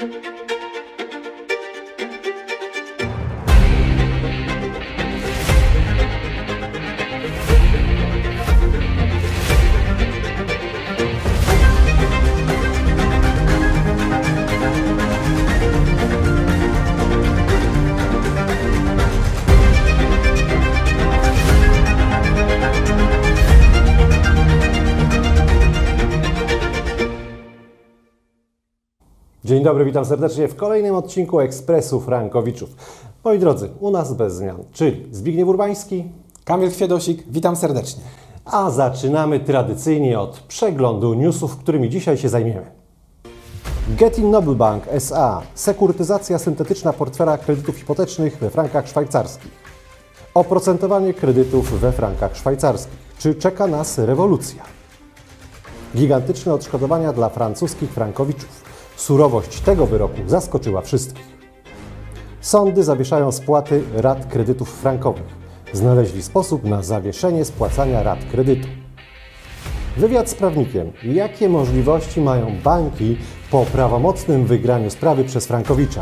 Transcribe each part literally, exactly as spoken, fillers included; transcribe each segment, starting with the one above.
Dzień dobry, witam serdecznie w kolejnym odcinku Ekspresu Frankowiczów. Moi drodzy, u nas bez zmian, czyli Zbigniew Urbański, Kamil Kwiedosik, witam serdecznie. A zaczynamy tradycyjnie od przeglądu newsów, którymi dzisiaj się zajmiemy. Getin Noble Bank S A. Sekurytyzacja syntetyczna portfela kredytów hipotecznych we frankach szwajcarskich. Oprocentowanie kredytów we frankach szwajcarskich. Czy czeka nas rewolucja? Gigantyczne odszkodowania dla francuskich frankowiczów. Surowość tego wyroku zaskoczyła wszystkich. Sądy zawieszają spłaty rat kredytów frankowych. Znaleźli sposób na zawieszenie spłacania rat kredytu. Wywiad z prawnikiem. Jakie możliwości mają banki po prawomocnym wygraniu sprawy przez Frankowicza?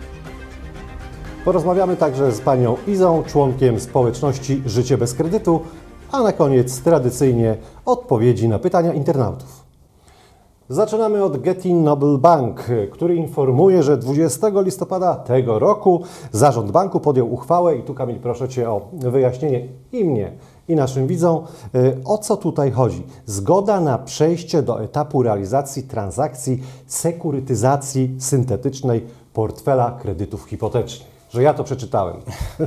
Porozmawiamy także z panią Izą, członkiem społeczności Życie bez kredytu, a na koniec tradycyjnie odpowiedzi na pytania internautów. Zaczynamy od Getin Noble Bank, który informuje, że dwudziestego listopada tego roku zarząd banku podjął uchwałę i tu, Kamil, proszę Cię o wyjaśnienie i mnie, i naszym widzom, o co tutaj chodzi. Zgoda na przejście do etapu realizacji transakcji sekurytyzacji syntetycznej portfela kredytów hipotecznych. Że ja to przeczytałem.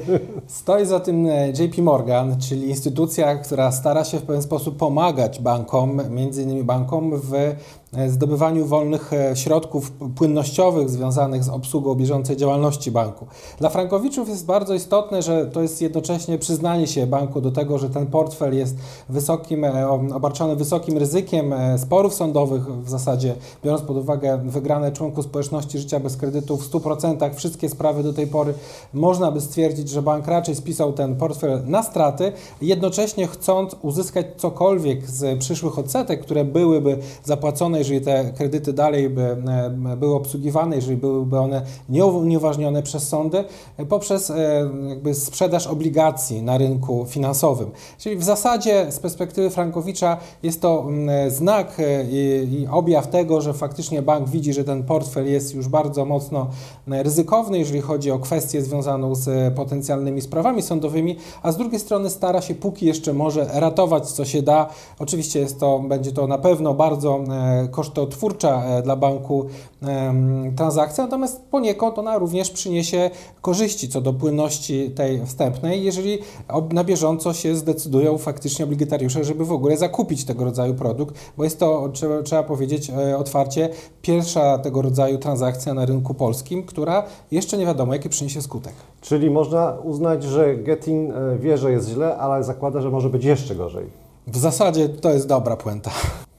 Stoi za tym J P Morgan, czyli instytucja, która stara się w pewien sposób pomagać bankom, między innymi bankom w zdobywaniu wolnych środków płynnościowych związanych z obsługą bieżącej działalności banku. Dla frankowiczów jest bardzo istotne, że to jest jednocześnie przyznanie się banku do tego, że ten portfel jest wysokim, obarczony wysokim ryzykiem sporów sądowych, w zasadzie biorąc pod uwagę wygrane członków społeczności Życia bez kredytu w stu procentach wszystkie sprawy do tej pory, można by stwierdzić, że bank raczej spisał ten portfel na straty, jednocześnie chcąc uzyskać cokolwiek z przyszłych odsetek, które byłyby zapłacone, jeżeli te kredyty dalej by były obsługiwane, jeżeli byłyby one nieunieważnione przez sądy, poprzez jakby sprzedaż obligacji na rynku finansowym. Czyli w zasadzie z perspektywy Frankowicza jest to znak i, i objaw tego, że faktycznie bank widzi, że ten portfel jest już bardzo mocno ryzykowny, jeżeli chodzi o kwestię związaną z potencjalnymi sprawami sądowymi, a z drugiej strony stara się póki jeszcze może ratować, co się da. Oczywiście jest to, będzie to na pewno bardzo kosztotwórcza dla banku transakcja, natomiast poniekąd ona również przyniesie korzyści co do płynności tej wstępnej, jeżeli na bieżąco się zdecydują faktycznie obligatariusze, żeby w ogóle zakupić tego rodzaju produkt, bo jest to, trzeba, trzeba powiedzieć otwarcie, pierwsza tego rodzaju transakcja na rynku polskim, która jeszcze nie wiadomo, jaki przyniesie skutek. Czyli można uznać, że Getin wie, że jest źle, ale zakłada, że może być jeszcze gorzej. W zasadzie to jest dobra puenta.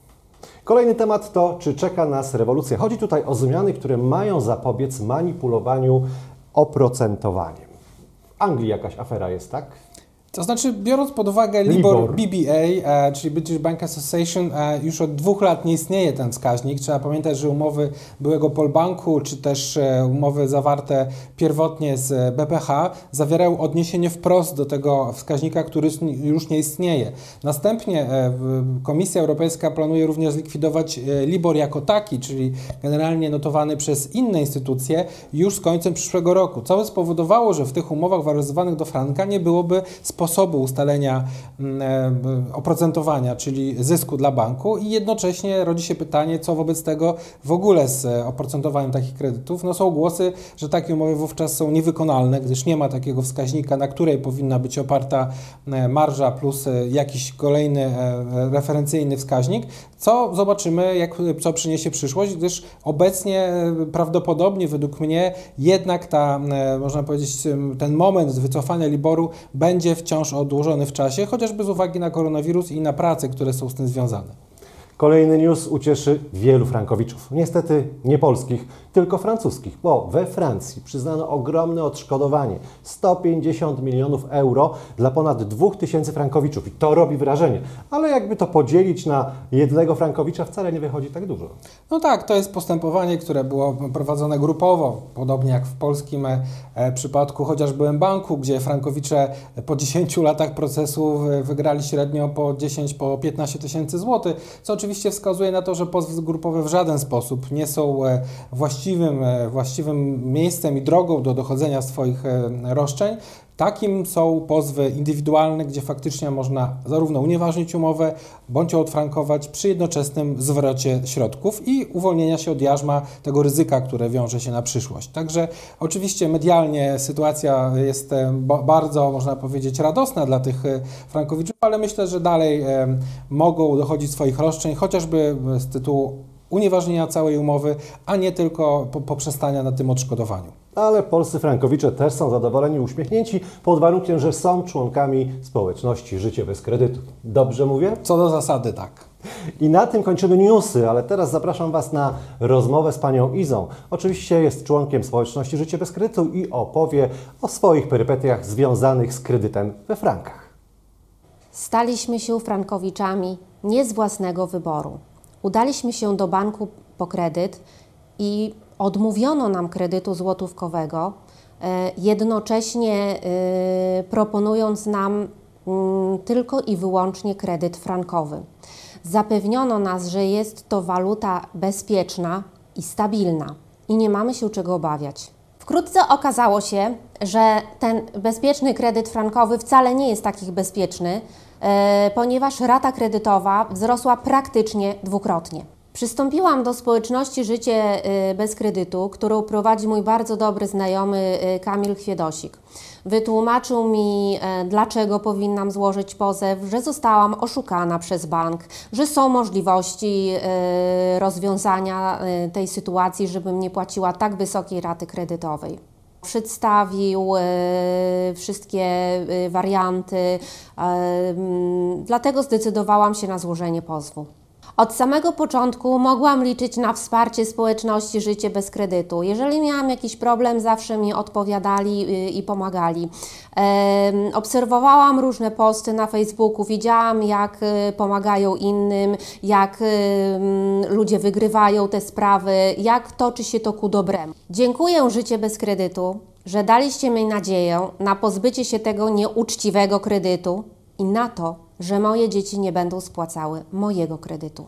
Kolejny temat to, czy czeka nas rewolucja. Chodzi tutaj o zmiany, które mają zapobiec manipulowaniu oprocentowaniem. W Anglii jakaś afera jest, tak? To znaczy, biorąc pod uwagę Libor, Libor. B B A, e, czyli British Bank Association, e, już od dwóch lat nie istnieje ten wskaźnik. Trzeba pamiętać, że umowy byłego Polbanku, czy też e, umowy zawarte pierwotnie z B P H zawierają odniesienie wprost do tego wskaźnika, który już nie istnieje. Następnie e, Komisja Europejska planuje również zlikwidować e, Libor jako taki, czyli generalnie notowany przez inne instytucje już z końcem przyszłego roku, co by spowodowało, że w tych umowach waloryzowanych do franka nie byłoby sposobu ustalenia e, oprocentowania, czyli zysku dla banku i jednocześnie rodzi się pytanie, co wobec tego w ogóle z oprocentowaniem takich kredytów. No są głosy, że takie umowy wówczas są niewykonalne, gdyż nie ma takiego wskaźnika, na której powinna być oparta marża plus jakiś kolejny e, referencyjny wskaźnik, co zobaczymy, jak, co przyniesie przyszłość, gdyż obecnie prawdopodobnie według mnie jednak ta, e, można powiedzieć, ten moment wycofania Liboru będzie wciąż odłożony w czasie, chociażby z uwagi na koronawirus i na prace, które są z tym związane. Kolejny news ucieszy wielu frankowiczów. Niestety nie polskich, tylko francuskich, bo we Francji przyznano ogromne odszkodowanie sto pięćdziesiąt milionów euro dla ponad dwóch tysięcy frankowiczów. I to robi wrażenie. Ale jakby to podzielić na jednego frankowicza, wcale nie wychodzi tak dużo. No tak, to jest postępowanie, które było prowadzone grupowo, podobnie jak w polskim e, przypadku chociażby banku, gdzie frankowicze po dziesięciu latach procesu wygrali średnio po dziesięć, po piętnaście tysięcy złotych, co oczywiście wskazuje na to, że pozwy grupowe w żaden sposób nie są e, właściwym, e, właściwym miejscem i drogą do dochodzenia swoich e, roszczeń. Takim są pozwy indywidualne, gdzie faktycznie można zarówno unieważnić umowę, bądź ją odfrankować przy jednoczesnym zwrocie środków i uwolnienia się od jarzma tego ryzyka, które wiąże się na przyszłość. Także oczywiście medialnie sytuacja jest bardzo, można powiedzieć, radosna dla tych frankowiczów, ale myślę, że dalej mogą dochodzić swoich roszczeń, chociażby z tytułu unieważnienia całej umowy, a nie tylko poprzestania na tym odszkodowaniu. Ale polscy frankowicze też są zadowoleni i uśmiechnięci pod warunkiem, że są członkami społeczności Życie bez kredytu. Dobrze mówię? Co do zasady tak. I na tym kończymy newsy, ale teraz zapraszam Was na rozmowę z panią Izą. Oczywiście jest członkiem społeczności Życie bez kredytu i opowie o swoich perypetiach związanych z kredytem we frankach. Staliśmy się frankowiczami nie z własnego wyboru. Udaliśmy się do banku po kredyt i odmówiono nam kredytu złotówkowego, jednocześnie proponując nam tylko i wyłącznie kredyt frankowy. Zapewniono nas, że jest to waluta bezpieczna i stabilna i nie mamy się czego obawiać. Wkrótce okazało się, że ten bezpieczny kredyt frankowy wcale nie jest taki bezpieczny, ponieważ rata kredytowa wzrosła praktycznie dwukrotnie. Przystąpiłam do społeczności Życie bez kredytu, którą prowadzi mój bardzo dobry znajomy Kamil Chwiedosik. Wytłumaczył mi, dlaczego powinnam złożyć pozew, że zostałam oszukana przez bank, że są możliwości rozwiązania tej sytuacji, żebym nie płaciła tak wysokiej raty kredytowej. Przedstawił e, wszystkie e, warianty, e, dlatego zdecydowałam się na złożenie pozwu. Od samego początku mogłam liczyć na wsparcie społeczności Życie bez kredytu. Jeżeli miałam jakiś problem, zawsze mi odpowiadali y, i pomagali. E, obserwowałam różne posty na Facebooku, widziałam, jak y, pomagają innym, jak y, ludzie wygrywają te sprawy, jak toczy się to ku dobremu. Dziękuję Życie bez kredytu, że daliście mi nadzieję na pozbycie się tego nieuczciwego kredytu i na to, że moje dzieci nie będą spłacały mojego kredytu.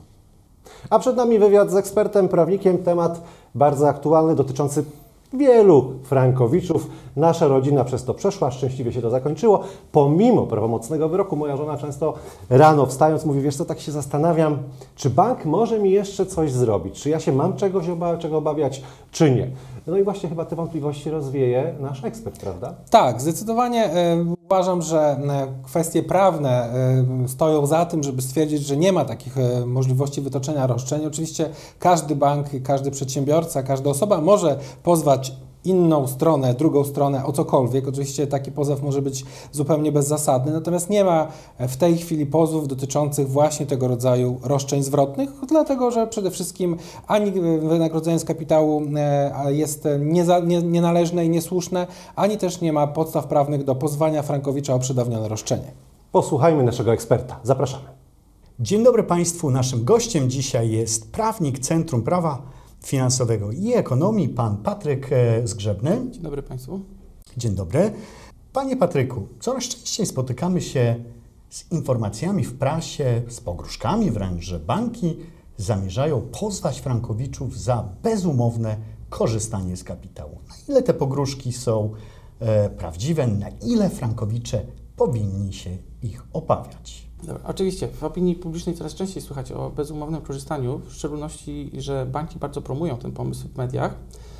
A przed nami wywiad z ekspertem, prawnikiem, temat bardzo aktualny, dotyczący wielu frankowiczów. Nasza rodzina przez to przeszła, szczęśliwie się to zakończyło. Pomimo prawomocnego wyroku, moja żona często rano wstając mówi, wiesz co, tak się zastanawiam, czy bank może mi jeszcze coś zrobić? Czy ja się mam czegoś oba- czego obawiać, czy nie? No i właśnie chyba te wątpliwości rozwieje nasz ekspert, prawda? Tak, zdecydowanie y, uważam, że y, kwestie prawne y, stoją za tym, żeby stwierdzić, że nie ma takich y, możliwości wytoczenia roszczeń. Oczywiście każdy bank, każdy przedsiębiorca, każda osoba może pozwać inną stronę, drugą stronę o cokolwiek. Oczywiście taki pozew może być zupełnie bezzasadny, natomiast nie ma w tej chwili pozwów dotyczących właśnie tego rodzaju roszczeń zwrotnych, dlatego że przede wszystkim ani wynagrodzenie z kapitału jest nienależne i niesłuszne, ani też nie ma podstaw prawnych do pozwania frankowicza o przedawnione roszczenie. Posłuchajmy naszego eksperta. Zapraszamy. Dzień dobry Państwu. Naszym gościem dzisiaj jest prawnik Centrum Prawa Finansowego i Ekonomii, pan Patryk Zgrzebny. Dzień dobry Państwu. Dzień dobry. Panie Patryku, coraz częściej spotykamy się z informacjami w prasie, z pogróżkami wręcz, że banki zamierzają pozwać frankowiczów za bezumowne korzystanie z kapitału. Na ile te pogróżki są e, prawdziwe, na ile frankowicze powinni się ich obawiać? Dobra, oczywiście w opinii publicznej coraz częściej słychać o bezumownym korzystaniu, w szczególności, że banki bardzo promują ten pomysł w mediach.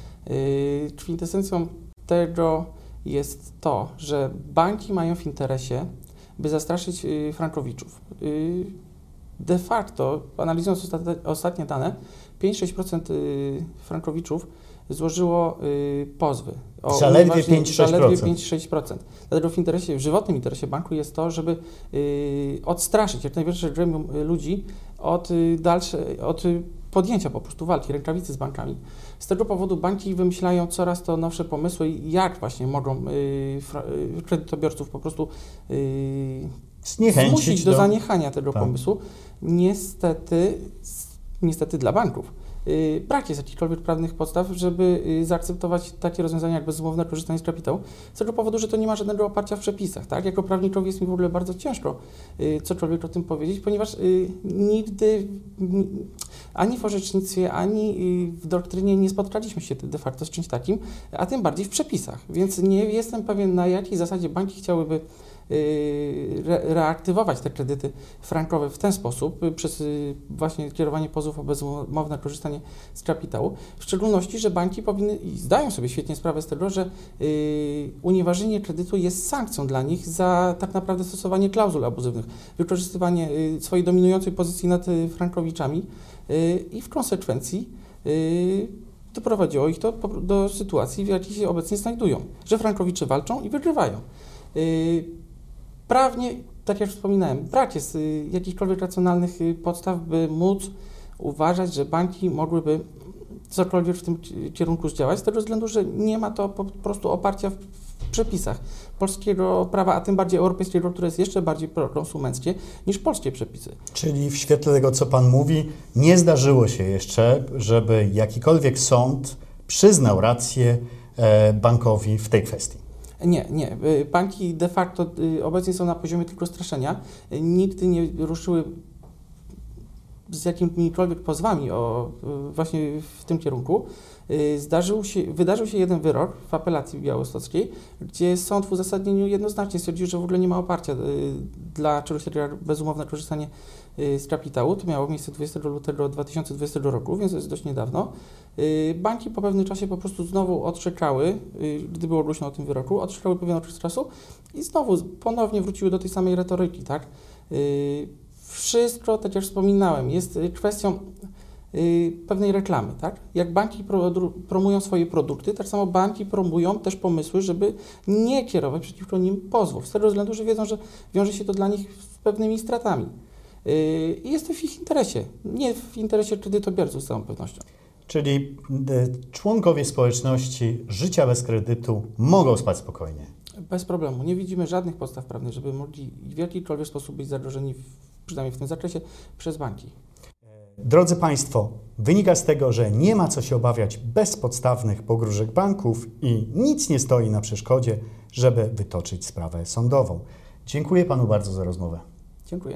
Yy, kwintesencją tego jest to, że banki mają w interesie, by zastraszyć yy, frankowiczów. Yy, de facto, analizując ostatnie, ostatnie dane, pięć do sześciu procent yy, frankowiczów złożyło y, pozwy. O zaledwie pięć do sześciu procent. Zaledwie pięć do sześciu procent. Dlatego w interesie, w żywotnym interesie banku jest to, żeby y, odstraszyć jak największe gremium ludzi od dalszej, od podjęcia po prostu walki, rękawicy z bankami. Z tego powodu banki wymyślają coraz to nowsze pomysły, jak właśnie mogą yy, kredytobiorców po prostu yy, zmusić do, do zaniechania tego tak. pomysłu. Niestety, niestety dla banków yy, brak jest jakichkolwiek prawnych podstaw, żeby yy, zaakceptować takie rozwiązania jak bezumowne korzystanie z kapitału, z tego powodu, że to nie ma żadnego oparcia w przepisach. Tak? Jako prawnikowi jest mi w ogóle bardzo ciężko yy, cokolwiek o tym powiedzieć, ponieważ yy, nigdy yy, ani w orzecznictwie, ani w doktrynie nie spotkaliśmy się de facto z czymś takim, a tym bardziej w przepisach. Więc nie jestem pewien, na jakiej zasadzie banki chciałyby re reaktywować te kredyty frankowe w ten sposób, przez właśnie kierowanie pozwów o bezumowne korzystanie z kapitału. W szczególności, że banki powinny i zdają sobie świetnie sprawę z tego, że unieważnienie kredytu jest sankcją dla nich za tak naprawdę stosowanie klauzul abuzywnych, wykorzystywanie swojej dominującej pozycji nad frankowiczami i w konsekwencji doprowadziło ich to do sytuacji, w jakiej się obecnie znajdują, że frankowicze walczą i wygrywają. Prawnie, tak jak wspominałem, brak jest jakichkolwiek racjonalnych podstaw, by móc uważać, że banki mogłyby cokolwiek w tym kierunku zdziałać, z tego względu, że nie ma to po prostu oparcia w przepisach polskiego prawa, a tym bardziej europejskiego, które jest jeszcze bardziej prokonsumenckie niż polskie przepisy. Czyli w świetle tego, co Pan mówi, nie zdarzyło się jeszcze, żeby jakikolwiek sąd przyznał rację bankowi w tej kwestii. Nie, nie. Banki de facto obecnie są na poziomie tylko straszenia. Nigdy nie ruszyły z jakimikolwiek pozwami o, właśnie w tym kierunku. Zdarzył się, wydarzył się jeden wyrok w apelacji białostockiej, gdzie sąd w uzasadnieniu jednoznacznie stwierdził, że w ogóle nie ma oparcia dla czegoś takiego jak bezumowne korzystanie z kapitału. To miało miejsce dwudziestego lutego dwa tysiące dwudziestego roku, więc to jest dość niedawno. Banki po pewnym czasie po prostu znowu odczekały, gdy było głośno o tym wyroku, odczekały pewien okres czasu i znowu ponownie wróciły do tej samej retoryki, tak? Wszystko, tak jak wspominałem, jest kwestią pewnej reklamy, tak? Jak banki promują swoje produkty, tak samo banki promują też pomysły, żeby nie kierować przeciwko nim pozwów, z tego względu, że wiedzą, że wiąże się to dla nich z pewnymi stratami. I jest to w ich interesie, nie w interesie kredytobiorców z całą pewnością. Czyli członkowie społeczności życia bez kredytu mogą spać spokojnie? Bez problemu. Nie widzimy żadnych podstaw prawnych, żeby mogli w jakikolwiek sposób być zagrożeni, w, przynajmniej w tym zakresie, przez banki. Drodzy Państwo, wynika z tego, że nie ma co się obawiać bezpodstawnych pogróżek banków i nic nie stoi na przeszkodzie, żeby wytoczyć sprawę sądową. Dziękuję Panu bardzo za rozmowę. Dziękuję.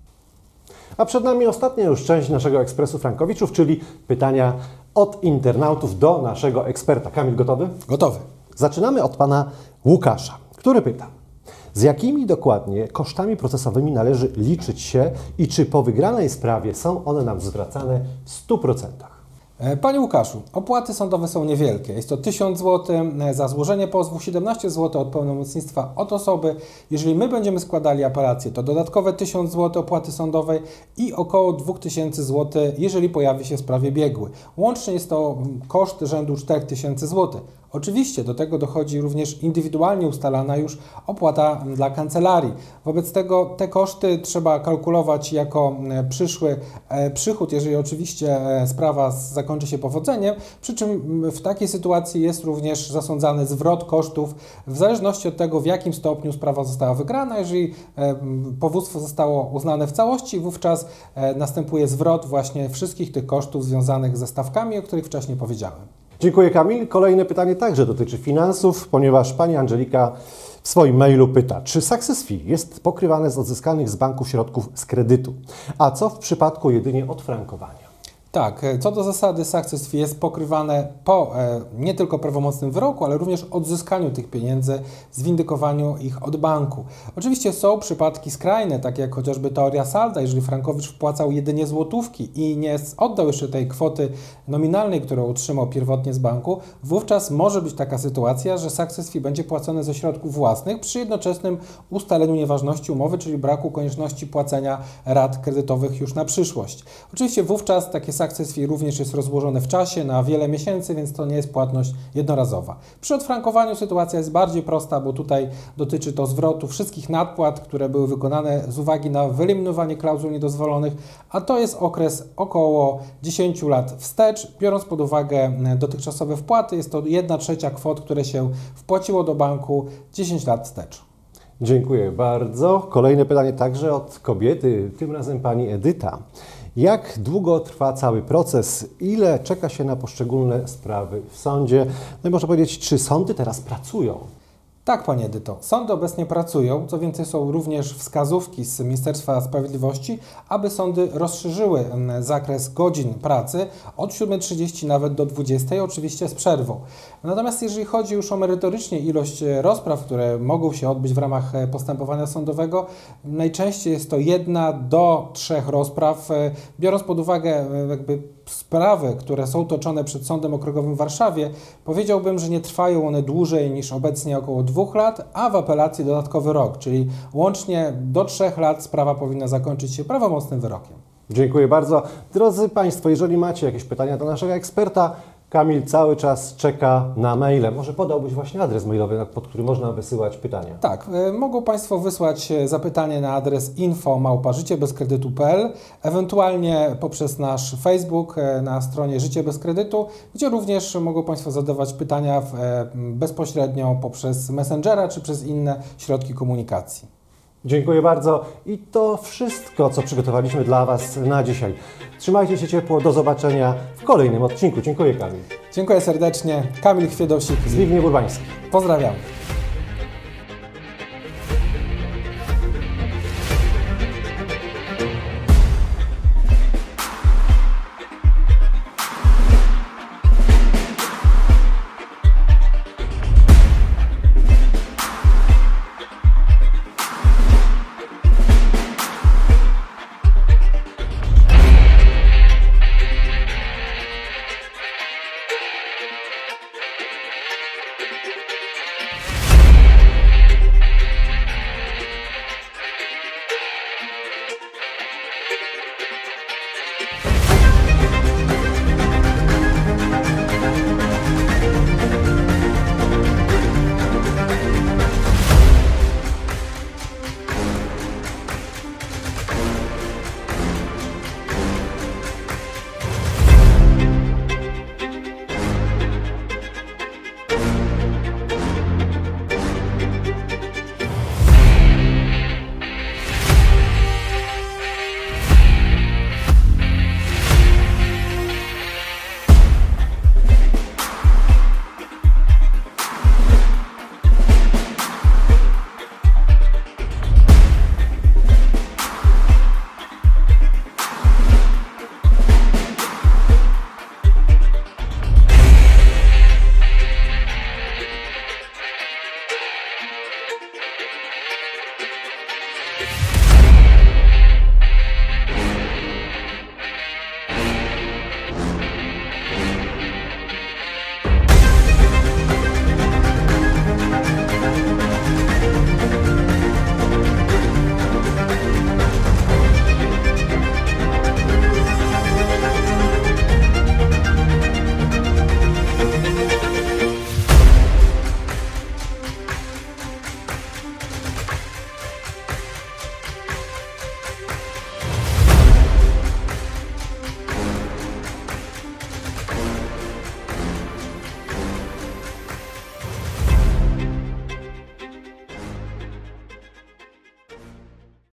A przed nami ostatnia już część naszego Ekspresu Frankowiczów, czyli pytania od internautów do naszego eksperta. Kamil, gotowy? Gotowy. Zaczynamy od Pana Łukasza, który pyta: z jakimi dokładnie kosztami procesowymi należy liczyć się i czy po wygranej sprawie są one nam zwracane w stu procentach? Panie Łukaszu, opłaty sądowe są niewielkie. Jest to tysiąc złotych za złożenie pozwu, siedemnaście złotych od pełnomocnictwa od osoby. Jeżeli my będziemy składali apelację, to dodatkowe tysiąc złotych opłaty sądowej i około dwa tysiące złotych, jeżeli pojawi się w sprawie biegły. Łącznie jest to koszt rzędu cztery tysiące złotych. Oczywiście do tego dochodzi również indywidualnie ustalana już opłata dla kancelarii. Wobec tego te koszty trzeba kalkulować jako przyszły przychód, jeżeli oczywiście sprawa zakończy się powodzeniem, przy czym w takiej sytuacji jest również zasądzany zwrot kosztów w zależności od tego, w jakim stopniu sprawa została wygrana. Jeżeli powództwo zostało uznane w całości, wówczas następuje zwrot właśnie wszystkich tych kosztów związanych ze stawkami, o których wcześniej powiedziałem. Dziękuję, Kamil. Kolejne pytanie także dotyczy finansów, ponieważ pani Angelika w swoim mailu pyta, czy success fee jest pokrywane z odzyskanych z banku środków z kredytu, a co w przypadku jedynie odfrankowania? Tak, co do zasady success fee jest pokrywane po e, nie tylko prawomocnym wyroku, ale również odzyskaniu tych pieniędzy, zwindykowaniu ich od banku. Oczywiście są przypadki skrajne, takie jak chociażby teoria salda, jeżeli frankowicz wpłacał jedynie złotówki i nie oddał jeszcze tej kwoty nominalnej, którą otrzymał pierwotnie z banku, wówczas może być taka sytuacja, że success fee będzie płacone ze środków własnych przy jednoczesnym ustaleniu nieważności umowy, czyli braku konieczności płacenia rat kredytowych już na przyszłość. Oczywiście wówczas takie success success fee również jest rozłożone w czasie na wiele miesięcy, więc to nie jest płatność jednorazowa. Przy odfrankowaniu sytuacja jest bardziej prosta, bo tutaj dotyczy to zwrotu wszystkich nadpłat, które były wykonane z uwagi na wyeliminowanie klauzul niedozwolonych, a to jest okres około dziesięć lat wstecz. Biorąc pod uwagę dotychczasowe wpłaty, jest to jedna trzecia kwot, które się wpłaciło do banku dziesięć lat wstecz. Dziękuję bardzo. Kolejne pytanie także od kobiety, tym razem pani Edyta. Jak długo trwa cały proces? Ile czeka się na poszczególne sprawy w sądzie? No i można powiedzieć, czy sądy teraz pracują? Tak, Pani Edyto, sądy obecnie pracują, co więcej są również wskazówki z Ministerstwa Sprawiedliwości, aby sądy rozszerzyły zakres godzin pracy od siódmej trzydzieści nawet do dwudziestej, oczywiście z przerwą. Natomiast jeżeli chodzi już o merytorycznie ilość rozpraw, które mogą się odbyć w ramach postępowania sądowego, najczęściej jest to jedna do trzech rozpraw, biorąc pod uwagę jakby sprawy, które są toczone przed Sądem Okręgowym w Warszawie, powiedziałbym, że nie trwają one dłużej niż obecnie około dwóch lat, a w apelacji dodatkowy rok, czyli łącznie do trzech lat sprawa powinna zakończyć się prawomocnym wyrokiem. Dziękuję bardzo. Drodzy Państwo, jeżeli macie jakieś pytania do naszego eksperta, Kamil cały czas czeka na maile. Może podałbyś właśnie adres mailowy, pod który można wysyłać pytania? Tak, y, mogą Państwo wysłać zapytanie na adres info małpa życie bez kredytu kropka p l, ewentualnie poprzez nasz Facebook y, na stronie Życie bez kredytu, gdzie również mogą Państwo zadawać pytania w, y, bezpośrednio poprzez Messengera czy przez inne środki komunikacji. Dziękuję bardzo i to wszystko, co przygotowaliśmy dla Was na dzisiaj. Trzymajcie się ciepło, do zobaczenia w kolejnym odcinku. Dziękuję, Kamil. Dziękuję serdecznie. Kamil Chwiedosik. Zbigniew Urbański. Pozdrawiam.